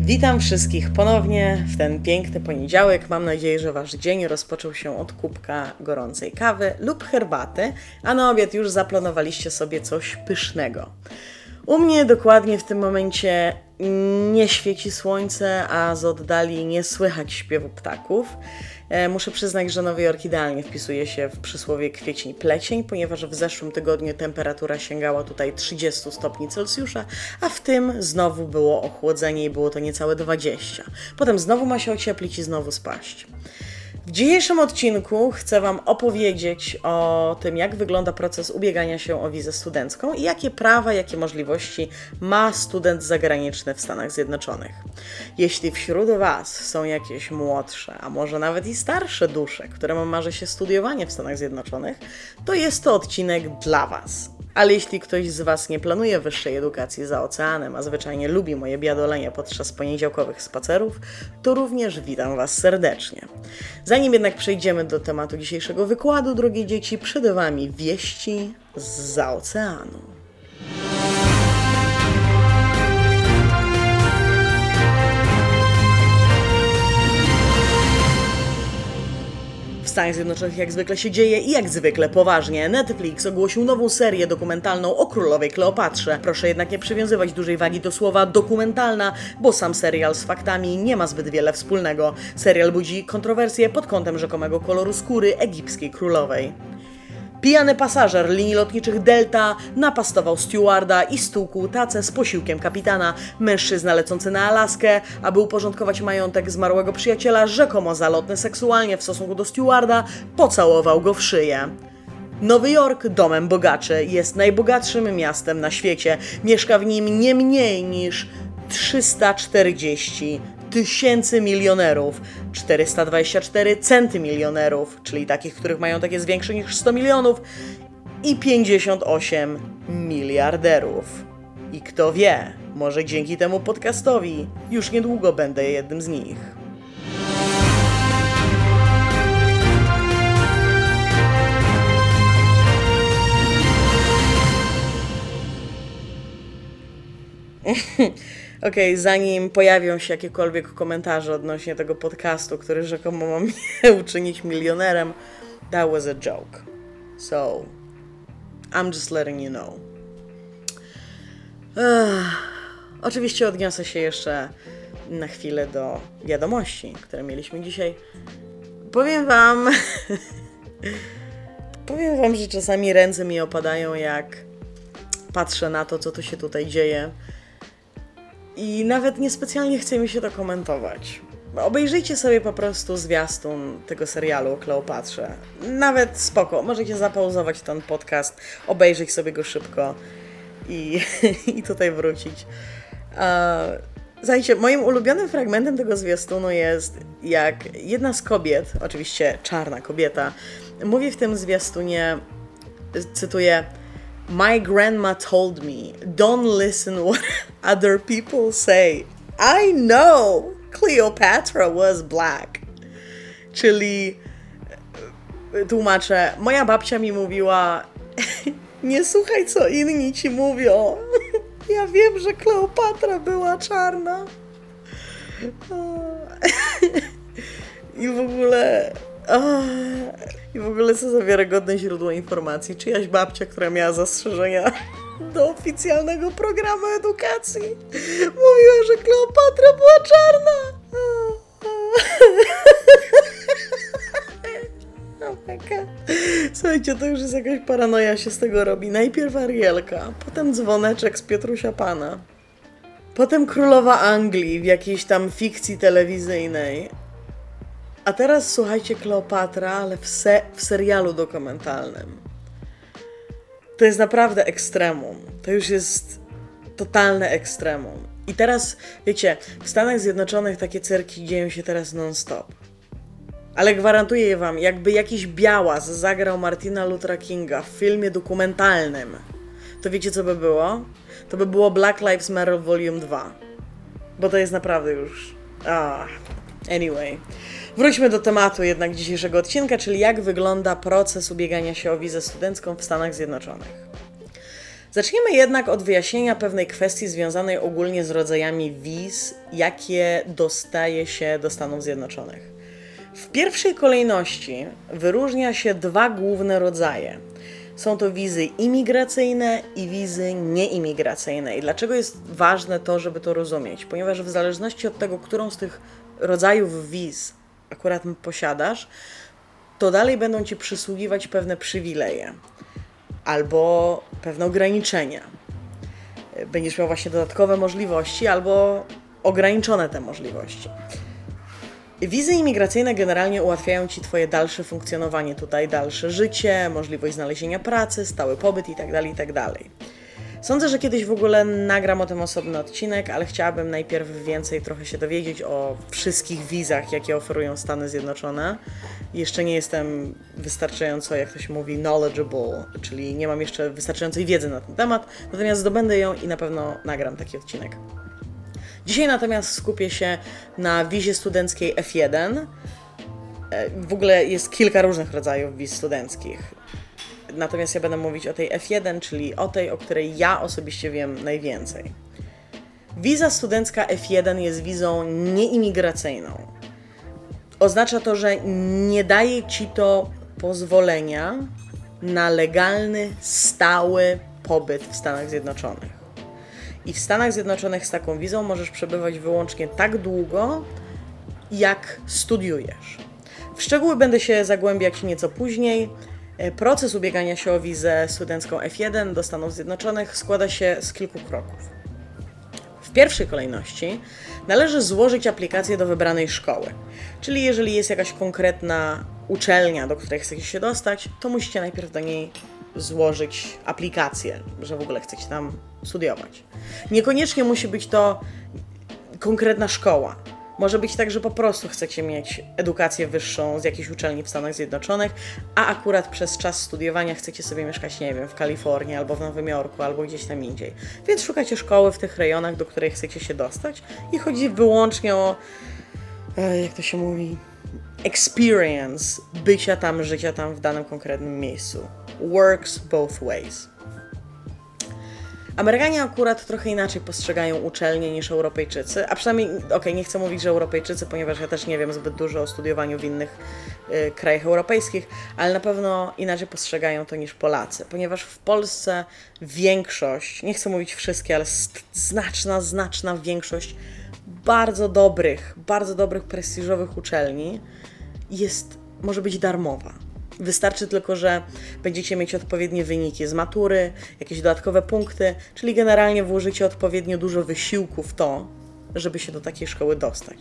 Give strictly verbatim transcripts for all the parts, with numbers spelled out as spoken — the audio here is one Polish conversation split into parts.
Witam wszystkich ponownie w ten piękny poniedziałek. Mam nadzieję, że Wasz dzień rozpoczął się od kubka gorącej kawy lub herbaty, a na obiad już zaplanowaliście sobie coś pysznego. U mnie dokładnie w tym momencie nie świeci słońce, a z oddali nie słychać śpiewu ptaków. Muszę przyznać, że Nowy Jork idealnie wpisuje się w przysłowie kwiecień-plecień, ponieważ w zeszłym tygodniu temperatura sięgała tutaj trzydzieści stopni Celsjusza, a w tym znowu było ochłodzenie i było to niecałe dwadzieścia. Potem znowu ma się ocieplić i znowu spaść. W dzisiejszym odcinku chcę Wam opowiedzieć o tym, jak wygląda proces ubiegania się o wizę studencką i jakie prawa, jakie możliwości ma student zagraniczny w Stanach Zjednoczonych. Jeśli wśród Was są jakieś młodsze, a może nawet i starsze dusze, którym marzy się studiowanie w Stanach Zjednoczonych, to jest to odcinek dla Was. Ale jeśli ktoś z Was nie planuje wyższej edukacji za oceanem, a zwyczajnie lubi moje biadolenie podczas poniedziałkowych spacerów, to również witam Was serdecznie. Zanim jednak przejdziemy do tematu dzisiejszego wykładu, drogie dzieci, przed Wami wieści zza oceanu. W Stanach Zjednoczonych jak zwykle się dzieje i jak zwykle poważnie. Netflix ogłosił nową serię dokumentalną o królowej Kleopatrze. Proszę jednak nie przywiązywać dużej wagi do słowa dokumentalna, bo sam serial z faktami nie ma zbyt wiele wspólnego. Serial budzi kontrowersje pod kątem rzekomego koloru skóry egipskiej królowej. Pijany pasażer linii lotniczych Delta napastował stewarda i stłukł tacę z posiłkiem kapitana. Mężczyzna lecący na Alaskę, aby uporządkować majątek zmarłego przyjaciela, rzekomo zalotny seksualnie w stosunku do stewarda, pocałował go w szyję. Nowy Jork, domem bogaczy, jest najbogatszym miastem na świecie. Mieszka w nim nie mniej niż trzysta czterdzieści tysięcy milionerów, czterysta dwadzieścia cztery centymilionerów, czyli takich, których majątek jest większy niż sto milionów, i pięćdziesiąt osiem miliarderów. I kto wie, może dzięki temu podcastowi już niedługo będę jednym z nich. Okej, okay, zanim pojawią się jakiekolwiek komentarze odnośnie tego podcastu, który rzekomo ma mnie uczynić milionerem, that was a joke. So, I'm just letting you know. Ech, oczywiście odniosę się jeszcze na chwilę do wiadomości, które mieliśmy dzisiaj. Powiem wam, powiem wam, że czasami ręce mi opadają, jak patrzę na to, co tu się tutaj dzieje. I nawet niespecjalnie chce mi się to komentować. Obejrzyjcie sobie po prostu zwiastun tego serialu o Kleopatrze. Nawet spoko, możecie zapauzować ten podcast, obejrzeć sobie go szybko i, i tutaj wrócić. Uh, Słuchajcie, moim ulubionym fragmentem tego zwiastunu jest, jak jedna z kobiet, oczywiście czarna kobieta, mówi w tym zwiastunie, cytuję: "My grandma told me, don't listen what other people say. I know Cleopatra was black." Czyli, tłumaczę, moja babcia mi mówiła, nie słuchaj, co inni ci mówią. Ja wiem, że Kleopatra była czarna. I w ogóle... I w ogóle co za wiarygodne źródło informacji. Czyjaś babcia, która miała zastrzeżenia do oficjalnego programu edukacji, mówiła, że Kleopatra była czarna. Oh my God. Słuchajcie, to już jest jakaś paranoja się z tego robi. Najpierw Arielka, potem dzwoneczek z Piotrusia Pana, potem królowa Anglii w jakiejś tam fikcji telewizyjnej. A teraz słuchajcie, Kleopatra, ale w, se- w serialu dokumentalnym. To jest naprawdę ekstremum. To już jest totalne ekstremum. I teraz, wiecie, w Stanach Zjednoczonych takie cyrki dzieją się teraz non-stop. Ale gwarantuję wam, jakby jakiś białas zagrał Martina Luthera Kinga w filmie dokumentalnym, to wiecie, co by było? To by było Black Lives Matter Volume dwa. Bo to jest naprawdę już... Ah. Anyway. Wróćmy do tematu jednak dzisiejszego odcinka, czyli jak wygląda proces ubiegania się o wizę studencką w Stanach Zjednoczonych. Zacznijmy jednak od wyjaśnienia pewnej kwestii związanej ogólnie z rodzajami wiz, jakie dostaje się do Stanów Zjednoczonych. W pierwszej kolejności wyróżnia się dwa główne rodzaje. Są to wizy imigracyjne i wizy nieimigracyjne. I dlaczego jest ważne to, żeby to rozumieć? Ponieważ w zależności od tego, którą z tych rodzajów wiz akurat posiadasz, to dalej będą Ci przysługiwać pewne przywileje albo pewne ograniczenia. Będziesz miał właśnie dodatkowe możliwości albo ograniczone te możliwości. Wizy imigracyjne generalnie ułatwiają Ci Twoje dalsze funkcjonowanie tutaj, dalsze życie, możliwość znalezienia pracy, stały pobyt itd., itd. Sądzę, że kiedyś w ogóle nagram o tym osobny odcinek, ale chciałabym najpierw więcej trochę się dowiedzieć o wszystkich wizach, jakie oferują Stany Zjednoczone. Jeszcze nie jestem wystarczająco, jak to się mówi, knowledgeable, czyli nie mam jeszcze wystarczającej wiedzy na ten temat, natomiast zdobędę ją i na pewno nagram taki odcinek. Dzisiaj natomiast skupię się na wizie studenckiej F jeden. W ogóle jest kilka różnych rodzajów wiz studenckich. Natomiast ja będę mówić o tej F jeden, czyli o tej, o której ja osobiście wiem najwięcej. Wiza studencka F jeden jest wizą nieimigracyjną. Oznacza to, że nie daje Ci to pozwolenia na legalny, stały pobyt w Stanach Zjednoczonych. I w Stanach Zjednoczonych z taką wizą możesz przebywać wyłącznie tak długo, jak studiujesz. W szczegóły będę się zagłębiać nieco później. Proces ubiegania się o wizę studencką F jeden do Stanów Zjednoczonych składa się z kilku kroków. W pierwszej kolejności należy złożyć aplikację do wybranej szkoły. Czyli jeżeli jest jakaś konkretna uczelnia, do której chcecie się dostać, to musicie najpierw do niej złożyć aplikację, że w ogóle chcecie tam studiować. Niekoniecznie musi być to konkretna szkoła. Może być tak, że po prostu chcecie mieć edukację wyższą z jakiejś uczelni w Stanach Zjednoczonych, a akurat przez czas studiowania chcecie sobie mieszkać, nie wiem, w Kalifornii, albo w Nowym Jorku, albo gdzieś tam indziej. Więc szukacie szkoły w tych rejonach, do której chcecie się dostać i chodzi wyłącznie o, jak to się mówi, experience bycia tam, życia tam w danym konkretnym miejscu. Works both ways. Amerykanie akurat trochę inaczej postrzegają uczelnie niż Europejczycy, a przynajmniej, okej, okay, nie chcę mówić, że Europejczycy, ponieważ ja też nie wiem zbyt dużo o studiowaniu w innych y, krajach europejskich, ale na pewno inaczej postrzegają to niż Polacy, ponieważ w Polsce większość, nie chcę mówić wszystkie, ale znaczna, znaczna większość bardzo dobrych, bardzo dobrych, prestiżowych uczelni jest, może być darmowa. Wystarczy tylko, że będziecie mieć odpowiednie wyniki z matury, jakieś dodatkowe punkty, czyli generalnie włożycie odpowiednio dużo wysiłku w to, żeby się do takiej szkoły dostać.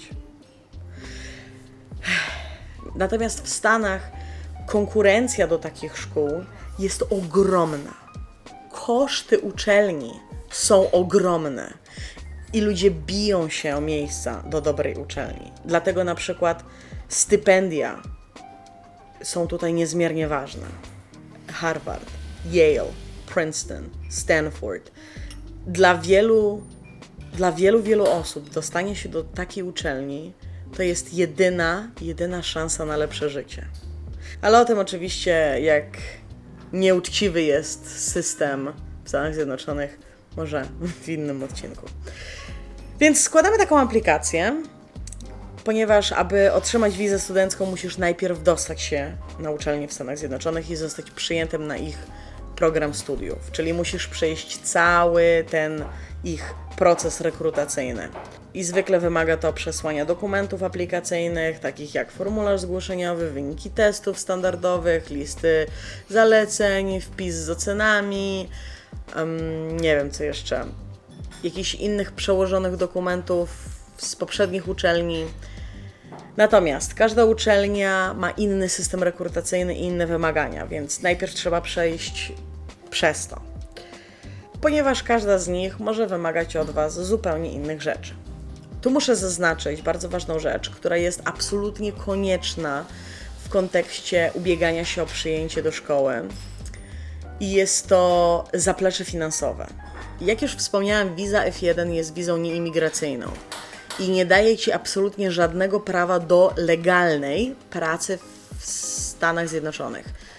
Natomiast w Stanach konkurencja do takich szkół jest ogromna. Koszty uczelni są ogromne i ludzie biją się o miejsca do dobrej uczelni. Dlatego na przykład stypendia są tutaj niezmiernie ważne. Harvard, Yale, Princeton, Stanford. Dla wielu, dla wielu, wielu osób dostanie się do takiej uczelni to jest jedyna, jedyna szansa na lepsze życie. Ale o tym oczywiście, jak nieuczciwy jest system w Stanach Zjednoczonych, może w innym odcinku. Więc składamy taką aplikację, ponieważ aby otrzymać wizę studencką, musisz najpierw dostać się na uczelnię w Stanach Zjednoczonych i zostać przyjętym na ich program studiów, czyli musisz przejść cały ten ich proces rekrutacyjny. I zwykle wymaga to przesłania dokumentów aplikacyjnych, takich jak formularz zgłoszeniowy, wyniki testów standardowych, listy zaleceń, wpis z ocenami, um, nie wiem co jeszcze, jakichś innych przełożonych dokumentów z poprzednich uczelni. Natomiast każda uczelnia ma inny system rekrutacyjny i inne wymagania, więc najpierw trzeba przejść przez to. Ponieważ każda z nich może wymagać od Was zupełnie innych rzeczy. Tu muszę zaznaczyć bardzo ważną rzecz, która jest absolutnie konieczna w kontekście ubiegania się o przyjęcie do szkoły. I jest to zaplecze finansowe. Jak już wspomniałam, wiza F jeden jest wizą nieimigracyjną i nie daje Ci absolutnie żadnego prawa do legalnej pracy w Stanach Zjednoczonych.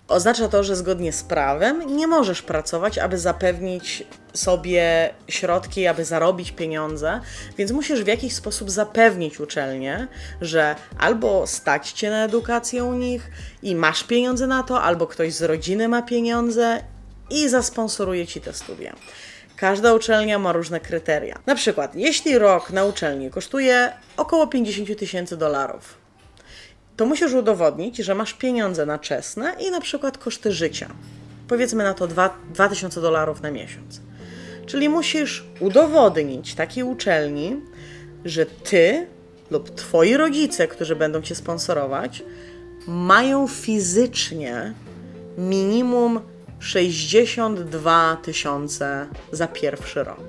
Oznacza to, że zgodnie z prawem nie możesz pracować, aby zapewnić sobie środki, aby zarobić pieniądze, więc musisz w jakiś sposób zapewnić uczelnię, że albo stać cię na edukację u nich i masz pieniądze na to, albo ktoś z rodziny ma pieniądze i zasponsoruje ci te studia. Każda uczelnia ma różne kryteria. Na przykład, jeśli rok na uczelni kosztuje około pięćdziesiąt tysięcy dolarów, to musisz udowodnić, że masz pieniądze na czesne i na przykład koszty życia. Powiedzmy na to dwa tysiące dolarów na miesiąc. Czyli musisz udowodnić takiej uczelni, że ty lub twoi rodzice, którzy będą cię sponsorować, mają fizycznie minimum sześćdziesiąt dwa tysiące za pierwszy rok.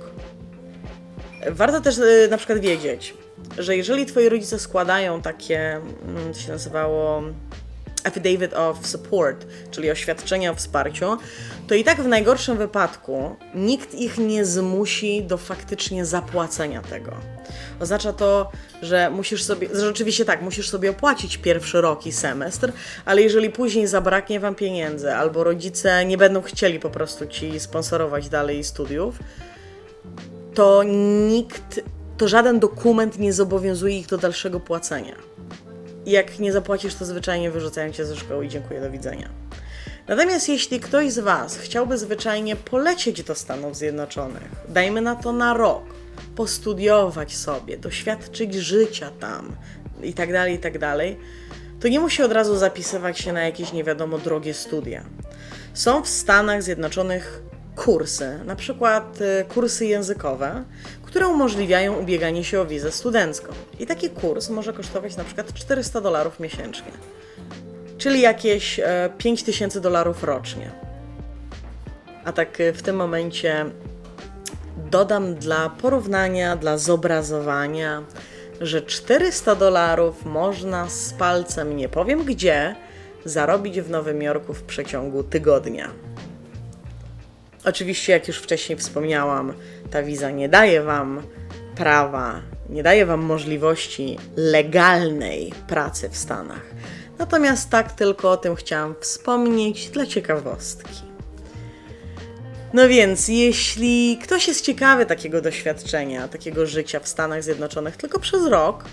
Warto też yy, na przykład wiedzieć, że jeżeli twoi rodzice składają takie, to się nazywało affidavit of support, czyli oświadczenie o wsparciu, to i tak w najgorszym wypadku nikt ich nie zmusi do faktycznie zapłacenia tego. Oznacza to, że musisz sobie, że oczywiście tak, musisz sobie opłacić pierwszy rok i semestr, ale jeżeli później zabraknie wam pieniędzy albo rodzice nie będą chcieli po prostu ci sponsorować dalej studiów, to nikt, to żaden dokument nie zobowiązuje ich do dalszego płacenia. I jak nie zapłacisz, to zwyczajnie wyrzucają cię ze szkoły i dziękuję, do widzenia. Natomiast jeśli ktoś z was chciałby zwyczajnie polecieć do Stanów Zjednoczonych, dajmy na to na rok, postudiować sobie, doświadczyć życia tam i tak dalej, i tak dalej, to nie musi od razu zapisywać się na jakieś nie wiadomo drogie studia. Są w Stanach Zjednoczonych kursy, na przykład kursy językowe, które umożliwiają ubieganie się o wizę studencką. I taki kurs może kosztować na przykład czterysta dolarów miesięcznie, czyli jakieś pięć tysięcy dolarów rocznie. A tak w tym momencie dodam dla porównania, dla zobrazowania, że czterysta dolarów można z palcem nie powiem gdzie zarobić w Nowym Jorku w przeciągu tygodnia. Oczywiście, jak już wcześniej wspomniałam, ta wiza nie daje wam prawa, nie daje wam możliwości legalnej pracy w Stanach. Natomiast tak tylko o tym chciałam wspomnieć dla ciekawostki. No więc, jeśli ktoś jest ciekawy takiego doświadczenia, takiego życia w Stanach Zjednoczonych tylko przez rok,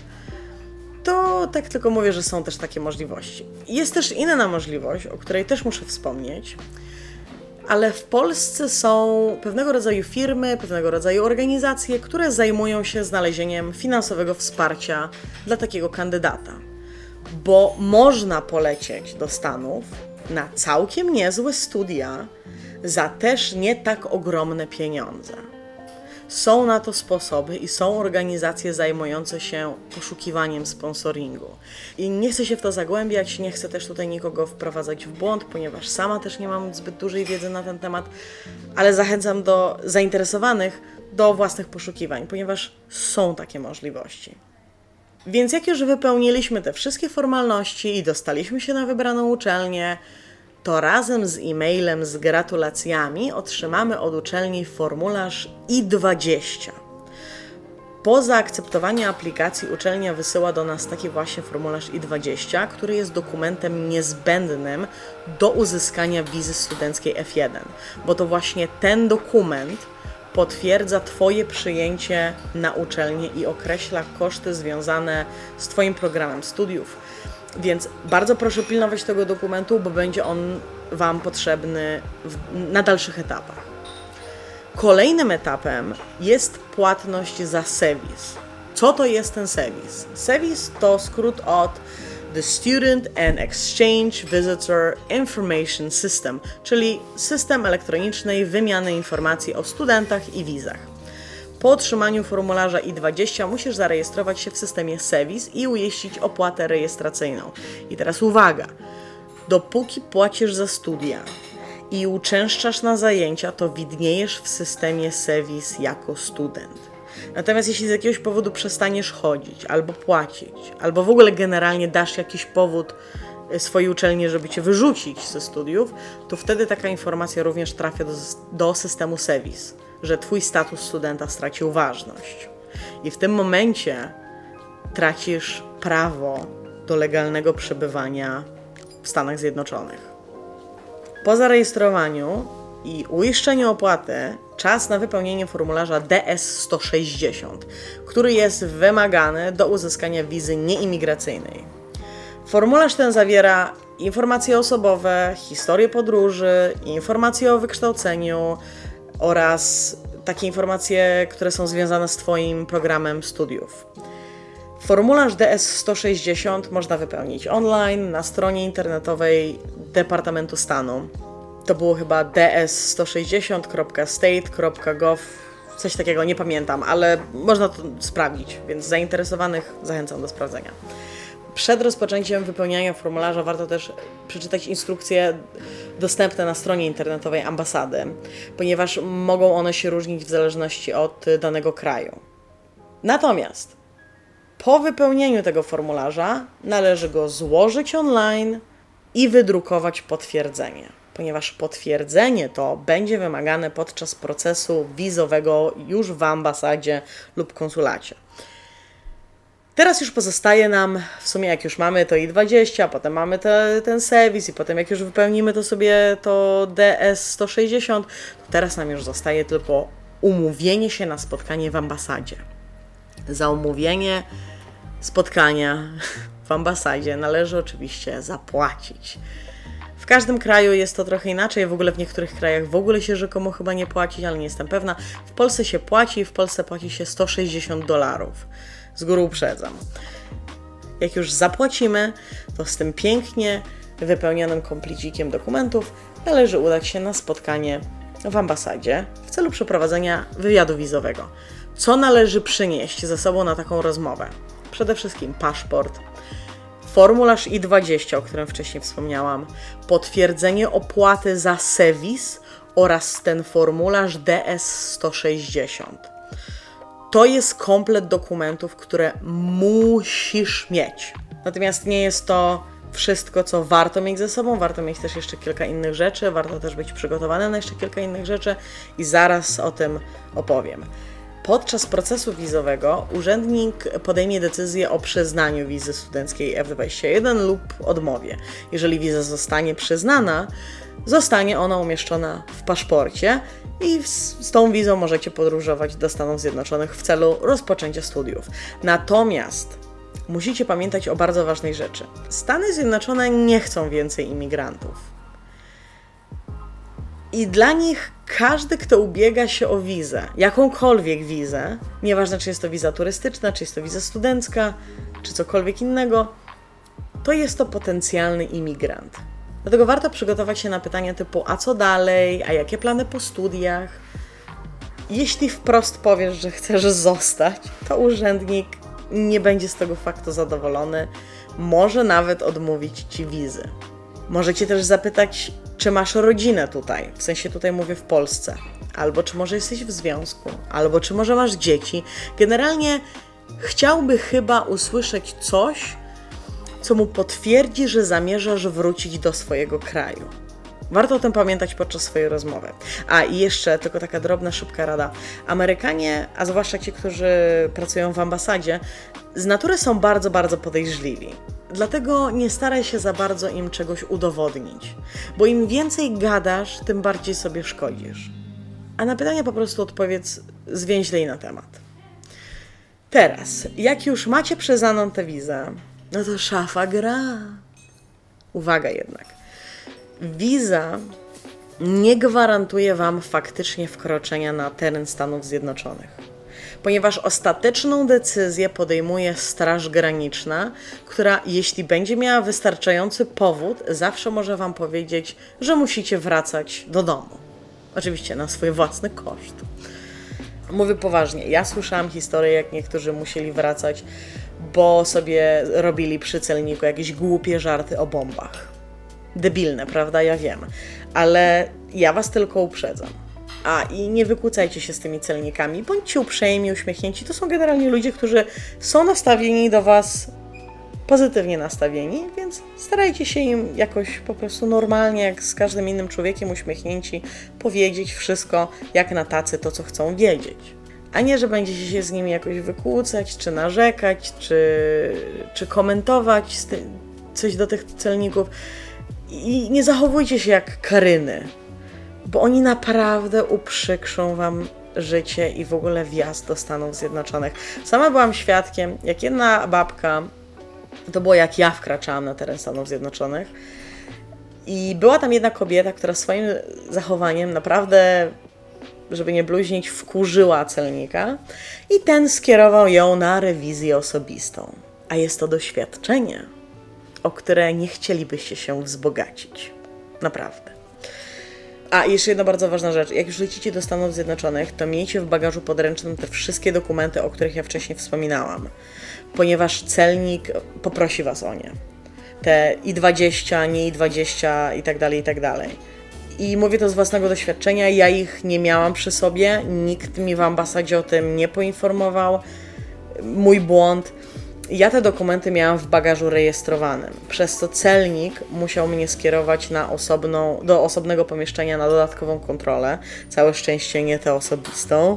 to tak tylko mówię, że są też takie możliwości. Jest też inna możliwość, o której też muszę wspomnieć, ale w Polsce są pewnego rodzaju firmy, pewnego rodzaju organizacje, które zajmują się znalezieniem finansowego wsparcia dla takiego kandydata. Bo można polecieć do Stanów na całkiem niezłe studia za też nie tak ogromne pieniądze. Są na to sposoby i są organizacje zajmujące się poszukiwaniem sponsoringu. I nie chcę się w to zagłębiać, nie chcę też tutaj nikogo wprowadzać w błąd, ponieważ sama też nie mam zbyt dużej wiedzy na ten temat, ale zachęcam do zainteresowanych do własnych poszukiwań, ponieważ są takie możliwości. Więc jak już wypełniliśmy te wszystkie formalności i dostaliśmy się na wybraną uczelnię, to razem z e-mailem z gratulacjami otrzymamy od uczelni formularz I dwadzieścia. Po zaakceptowaniu aplikacji uczelnia wysyła do nas taki właśnie formularz I dwadzieścia, który jest dokumentem niezbędnym do uzyskania wizy studenckiej F jeden, bo to właśnie ten dokument potwierdza Twoje przyjęcie na uczelnię i określa koszty związane z Twoim programem studiów. Więc bardzo proszę pilnować tego dokumentu, bo będzie on Wam potrzebny w, na dalszych etapach. Kolejnym etapem jest płatność za SEVIS. Co to jest ten SEVIS? SEVIS to skrót od The Student and Exchange Visitor Information System, czyli system elektronicznej wymiany informacji o studentach i wizach. Po otrzymaniu formularza I dwadzieścia musisz zarejestrować się w systemie SEVIS i umieścić opłatę rejestracyjną. I teraz uwaga, dopóki płacisz za studia i uczęszczasz na zajęcia, to widniejesz w systemie SEVIS jako student. Natomiast jeśli z jakiegoś powodu przestaniesz chodzić, albo płacić, albo w ogóle generalnie dasz jakiś powód swojej uczelni, żeby cię wyrzucić ze studiów, to wtedy taka informacja również trafia do, do systemu SEVIS, że twój status studenta stracił ważność. I w tym momencie tracisz prawo do legalnego przebywania w Stanach Zjednoczonych. Po zarejestrowaniu i uiszczeniu opłaty czas na wypełnienie formularza D S sto sześćdziesiąt, który jest wymagany do uzyskania wizy nieimigracyjnej. Formularz ten zawiera informacje osobowe, historię podróży, informacje o wykształceniu oraz takie informacje, które są związane z Twoim programem studiów. Formularz D S sto sześćdziesiąt można wypełnić online na stronie internetowej Departamentu Stanu. To było chyba d s sto sześćdziesiąt kropka state kropka gov, coś takiego, nie pamiętam, ale można to sprawdzić, więc zainteresowanych zachęcam do sprawdzenia. Przed rozpoczęciem wypełniania formularza warto też przeczytać instrukcje dostępne na stronie internetowej ambasady, ponieważ mogą one się różnić w zależności od danego kraju. Natomiast po wypełnieniu tego formularza należy go złożyć online i wydrukować potwierdzenie, ponieważ potwierdzenie to będzie wymagane podczas procesu wizowego już w ambasadzie lub konsulacie. Teraz już pozostaje nam, w sumie jak już mamy to I dwadzieścia, potem mamy te, ten serwis i potem jak już wypełnimy to sobie to D S sto sześćdziesiąt, to teraz nam już zostaje tylko umówienie się na spotkanie w ambasadzie. Za umówienie spotkania w ambasadzie należy oczywiście zapłacić. W każdym kraju jest to trochę inaczej, w ogóle w niektórych krajach w ogóle się rzekomo chyba nie płaci, ale nie jestem pewna. W Polsce się płaci, w Polsce płaci się sto sześćdziesiąt dolarów. Z góry uprzedzam. Jak już zapłacimy, to z tym pięknie wypełnionym komplicikiem dokumentów należy udać się na spotkanie w ambasadzie w celu przeprowadzenia wywiadu wizowego. Co należy przynieść ze sobą na taką rozmowę? Przede wszystkim paszport, formularz I dwadzieścia, o którym wcześniej wspomniałam, potwierdzenie opłaty za serwis oraz ten formularz D S sto sześćdziesiąt. To jest komplet dokumentów, które musisz mieć. Natomiast nie jest to wszystko, co warto mieć ze sobą. Warto mieć też jeszcze kilka innych rzeczy. Warto też być przygotowanym na jeszcze kilka innych rzeczy i zaraz o tym opowiem. Podczas procesu wizowego urzędnik podejmie decyzję o przyznaniu wizy studenckiej F dwadzieścia jeden lub odmowie. Jeżeli wiza zostanie przyznana, zostanie ona umieszczona w paszporcie i z tą wizą możecie podróżować do Stanów Zjednoczonych w celu rozpoczęcia studiów. Natomiast musicie pamiętać o bardzo ważnej rzeczy. Stany Zjednoczone nie chcą więcej imigrantów. I dla nich każdy, kto ubiega się o wizę, jakąkolwiek wizę, nieważne czy jest to wiza turystyczna, czy jest to wiza studencka, czy cokolwiek innego, to jest to potencjalny imigrant. Dlatego warto przygotować się na pytania typu, a co dalej, a jakie plany po studiach? Jeśli wprost powiesz, że chcesz zostać, to urzędnik nie będzie z tego faktu zadowolony, może nawet odmówić Ci wizy. Możecie też zapytać, czy masz rodzinę tutaj, w sensie tutaj mówię w Polsce, albo czy może jesteś w związku, albo czy może masz dzieci. Generalnie chciałby chyba usłyszeć coś, co mu potwierdzi, że zamierzasz wrócić do swojego kraju. Warto o tym pamiętać podczas swojej rozmowy. A i jeszcze tylko taka drobna, szybka rada. Amerykanie, a zwłaszcza ci, którzy pracują w ambasadzie, z natury są bardzo, bardzo podejrzliwi. Dlatego nie staraj się za bardzo im czegoś udowodnić, bo im więcej gadasz, tym bardziej sobie szkodzisz. A na pytania po prostu odpowiedz zwięźlej na temat. Teraz, jak już macie przyznaną tę wizę, no to szafa gra. Uwaga jednak. Wiza nie gwarantuje Wam faktycznie wkroczenia na teren Stanów Zjednoczonych, ponieważ ostateczną decyzję podejmuje Straż Graniczna, która jeśli będzie miała wystarczający powód, zawsze może Wam powiedzieć, że musicie wracać do domu. Oczywiście na swój własny koszt. Mówię poważnie, ja słyszałam historię, jak niektórzy musieli wracać, bo sobie robili przy celniku jakieś głupie żarty o bombach. Debilne, prawda? Ja wiem. Ale ja Was tylko uprzedzam. A i nie wykłócajcie się z tymi celnikami. Bądźcie uprzejmi, uśmiechnięci. To są generalnie ludzie, którzy są nastawieni do Was, pozytywnie nastawieni, więc starajcie się im jakoś po prostu normalnie, jak z każdym innym człowiekiem uśmiechnięci, powiedzieć wszystko jak na tacy, to co chcą wiedzieć. A nie, że będziecie się z nimi jakoś wykłócać, czy narzekać, czy, czy komentować coś do tych celników. I nie zachowujcie się jak Karyny, bo oni naprawdę uprzykrzą wam życie i w ogóle wjazd do Stanów Zjednoczonych. Sama byłam świadkiem, jak jedna babka, to było jak ja wkraczałam na teren Stanów Zjednoczonych, i była tam jedna kobieta, która swoim zachowaniem naprawdę, żeby nie bluźnić, wkurzyła celnika i ten skierował ją na rewizję osobistą. A jest to doświadczenie, o które nie chcielibyście się wzbogacić. Naprawdę. A jeszcze jedna bardzo ważna rzecz. Jak już lecicie do Stanów Zjednoczonych, to miejcie w bagażu podręcznym te wszystkie dokumenty, o których ja wcześniej wspominałam, ponieważ celnik poprosi was o nie. Te I dwadzieścia, nie I dwadzieścia i tak dalej, i tak dalej. I mówię to z własnego doświadczenia, ja ich nie miałam przy sobie, nikt mi w ambasadzie o tym nie poinformował. Mój błąd. Ja te dokumenty miałam w bagażu rejestrowanym, przez co celnik musiał mnie skierować na osobną, do osobnego pomieszczenia na dodatkową kontrolę. Całe szczęście nie tę osobistą.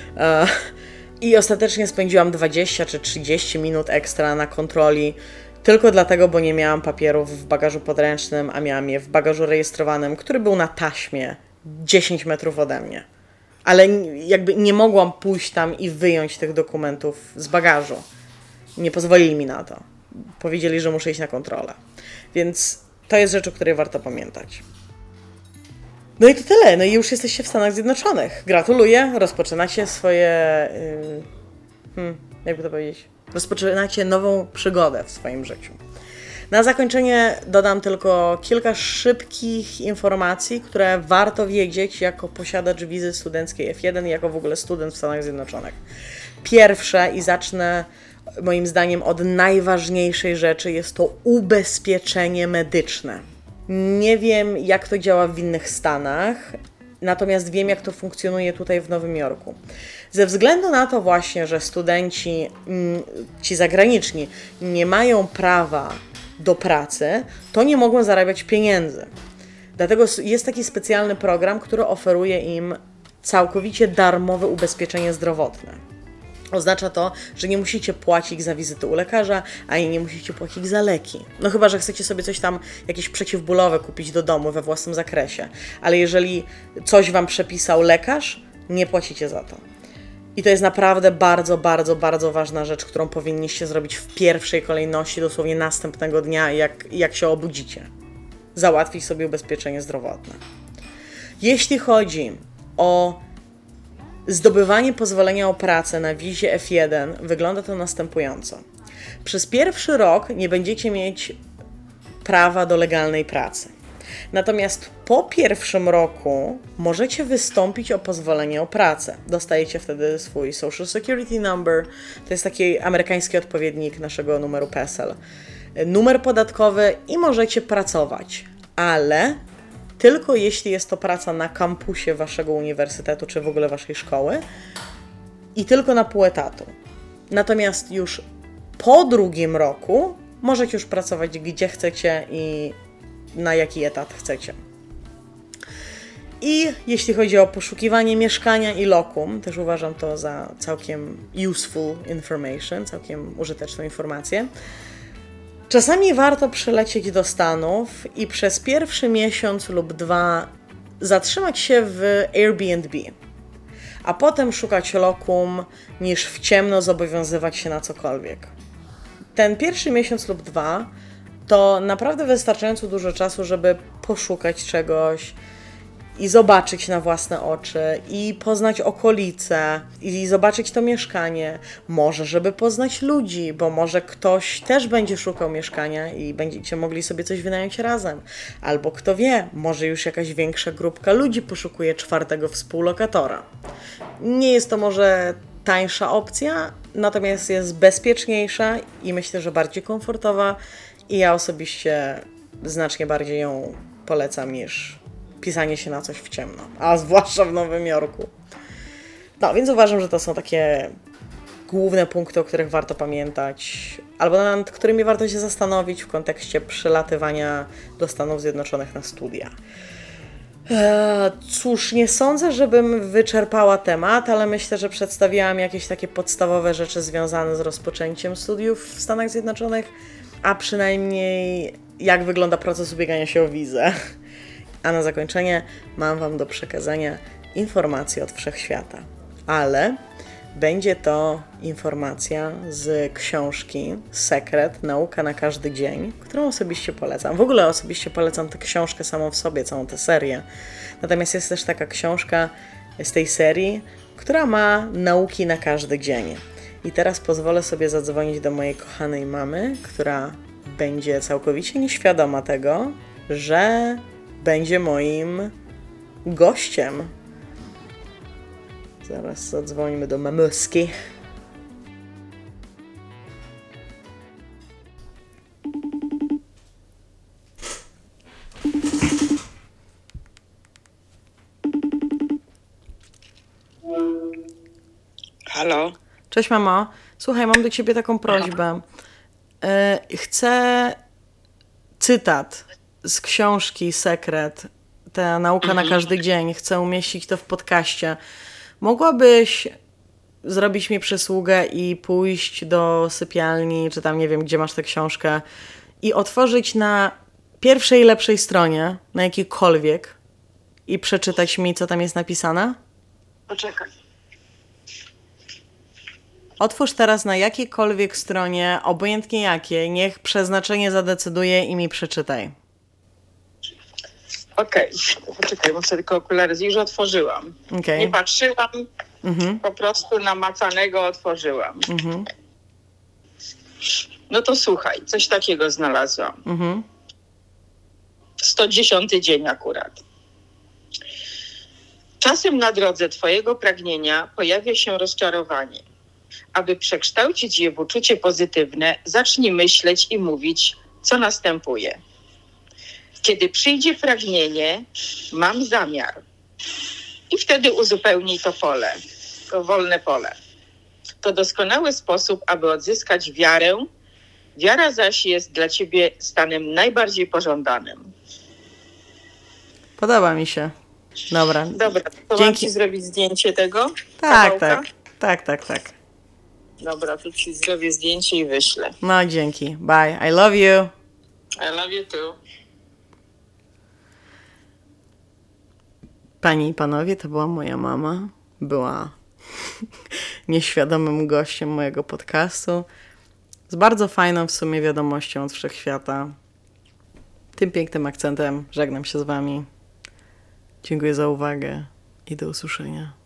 I ostatecznie spędziłam dwadzieścia czy trzydzieści minut ekstra na kontroli, tylko dlatego, bo nie miałam papierów w bagażu podręcznym, a miałam je w bagażu rejestrowanym, który był na taśmie dziesięć metrów ode mnie. Ale jakby nie mogłam pójść tam i wyjąć tych dokumentów z bagażu. Nie pozwolili mi na to. Powiedzieli, że muszę iść na kontrolę. Więc to jest rzecz, o której warto pamiętać. No i to tyle. No i już jesteście w Stanach Zjednoczonych. Gratuluję. Rozpoczynacie swoje... Yy, hmm, jakby to powiedzieć? Rozpoczynacie nową przygodę w swoim życiu. Na zakończenie dodam tylko kilka szybkich informacji, które warto wiedzieć jako posiadacz wizy studenckiej F jeden i jako w ogóle student w Stanach Zjednoczonych. Pierwsze, i zacznę moim zdaniem od najważniejszej rzeczy, jest to ubezpieczenie medyczne. Nie wiem, jak to działa w innych stanach, natomiast wiem, jak to funkcjonuje tutaj w Nowym Jorku. Ze względu na to właśnie, że studenci, ci zagraniczni, nie mają prawa do pracy, to nie mogą zarabiać pieniędzy. Dlatego jest taki specjalny program, który oferuje im całkowicie darmowe ubezpieczenie zdrowotne. Oznacza to, że nie musicie płacić za wizytę u lekarza, ani nie musicie płacić za leki. No chyba, że chcecie sobie coś tam, jakieś przeciwbólowe kupić do domu we własnym zakresie. Ale jeżeli coś wam przepisał lekarz, nie płacicie za to. I to jest naprawdę bardzo, bardzo, bardzo ważna rzecz, którą powinniście zrobić w pierwszej kolejności, dosłownie następnego dnia, jak, jak się obudzicie. Załatwić sobie ubezpieczenie zdrowotne. Jeśli chodzi o zdobywanie pozwolenia o pracę na wizie F jeden, wygląda to następująco. Przez pierwszy rok nie będziecie mieć prawa do legalnej pracy. Natomiast po pierwszym roku możecie wystąpić o pozwolenie o pracę. Dostajecie wtedy swój Social Security Number, to jest taki amerykański odpowiednik naszego numeru P E S E L. Numer podatkowy i możecie pracować, ale tylko jeśli jest to praca na kampusie waszego uniwersytetu, czy w ogóle waszej szkoły i tylko na pół etatu. Natomiast już po drugim roku możecie już pracować gdzie chcecie i na jaki etat chcecie. I jeśli chodzi o poszukiwanie mieszkania i lokum, też uważam to za całkiem useful information, całkiem użyteczną informację. Czasami warto przylecieć do Stanów i przez pierwszy miesiąc lub dwa zatrzymać się w Airbnb, a potem szukać lokum, niż w ciemno zobowiązywać się na cokolwiek. Ten pierwszy miesiąc lub dwa to naprawdę wystarczająco dużo czasu, żeby poszukać czegoś i zobaczyć na własne oczy, i poznać okolice, i zobaczyć to mieszkanie. Może, żeby poznać ludzi, bo może ktoś też będzie szukał mieszkania i będziecie mogli sobie coś wynająć razem. Albo kto wie, może już jakaś większa grupka ludzi poszukuje czwartego współlokatora. Nie jest to może tańsza opcja, natomiast jest bezpieczniejsza i myślę, że bardziej komfortowa, i ja osobiście znacznie bardziej ją polecam niż pisanie się na coś w ciemno, a zwłaszcza w Nowym Jorku. No, więc uważam, że to są takie główne punkty, o których warto pamiętać, albo nad którymi warto się zastanowić w kontekście przylatywania do Stanów Zjednoczonych na studia. Eee, cóż, nie sądzę, żebym wyczerpała temat, ale myślę, że przedstawiałam jakieś takie podstawowe rzeczy związane z rozpoczęciem studiów w Stanach Zjednoczonych. a przynajmniej jak wygląda proces ubiegania się o wizę. A na zakończenie mam Wam do przekazania informację od Wszechświata. Ale będzie to informacja z książki Sekret, nauka na każdy dzień, którą osobiście polecam. W ogóle osobiście polecam tę książkę samą w sobie, całą tę serię. Natomiast jest też taka książka z tej serii, która ma nauki na każdy dzień. I teraz pozwolę sobie zadzwonić do mojej kochanej mamy, która będzie całkowicie nieświadoma tego, że będzie moim gościem. Zaraz zadzwonimy do mamuski. Halo? Cześć mamo. Słuchaj, mam do ciebie taką prośbę. Yy, chcę cytat z książki Sekret, ta nauka na każdy dzień. Chcę umieścić to w podcaście. Mogłabyś zrobić mi przysługę i pójść do sypialni, czy tam nie wiem, gdzie masz tę książkę i otworzyć na pierwszej lepszej stronie, na jakiejkolwiek i przeczytać mi, co tam jest napisane? Poczekaj. Otwórz teraz na jakiejkolwiek stronie, obojętnie jakiej, niech przeznaczenie zadecyduje i mi przeczytaj. Okej, okay. Poczekaj, muszę tylko okulary zjeść, już otworzyłam. Okay. Nie patrzyłam, Mhm. po prostu namacanego otworzyłam. Mhm. No to słuchaj, coś takiego znalazłam. Mhm. sto dziesiąty dzień akurat. Czasem na drodze twojego pragnienia pojawia się rozczarowanie. Aby przekształcić je w uczucie pozytywne, zacznij myśleć i mówić, co następuje. Kiedy przyjdzie pragnienie, mam zamiar. I wtedy uzupełnij to pole, to wolne pole. To doskonały sposób, aby odzyskać wiarę. Wiara zaś jest dla ciebie stanem najbardziej pożądanym. Podoba mi się. Dobra. Dobra, to Dzięki. mam ci zrobić zdjęcie tego? Tak, kawałka? tak. Tak, tak, tak. Dobra, tu ci zrobię zdjęcie i wyślę. No, dzięki. Bye. I love you. I love you too. Panie i panowie, to była moja mama. Była nieświadomym gościem mojego podcastu. Z bardzo fajną w sumie wiadomością od Wszechświata. Tym pięknym akcentem żegnam się z wami. Dziękuję za uwagę i do usłyszenia.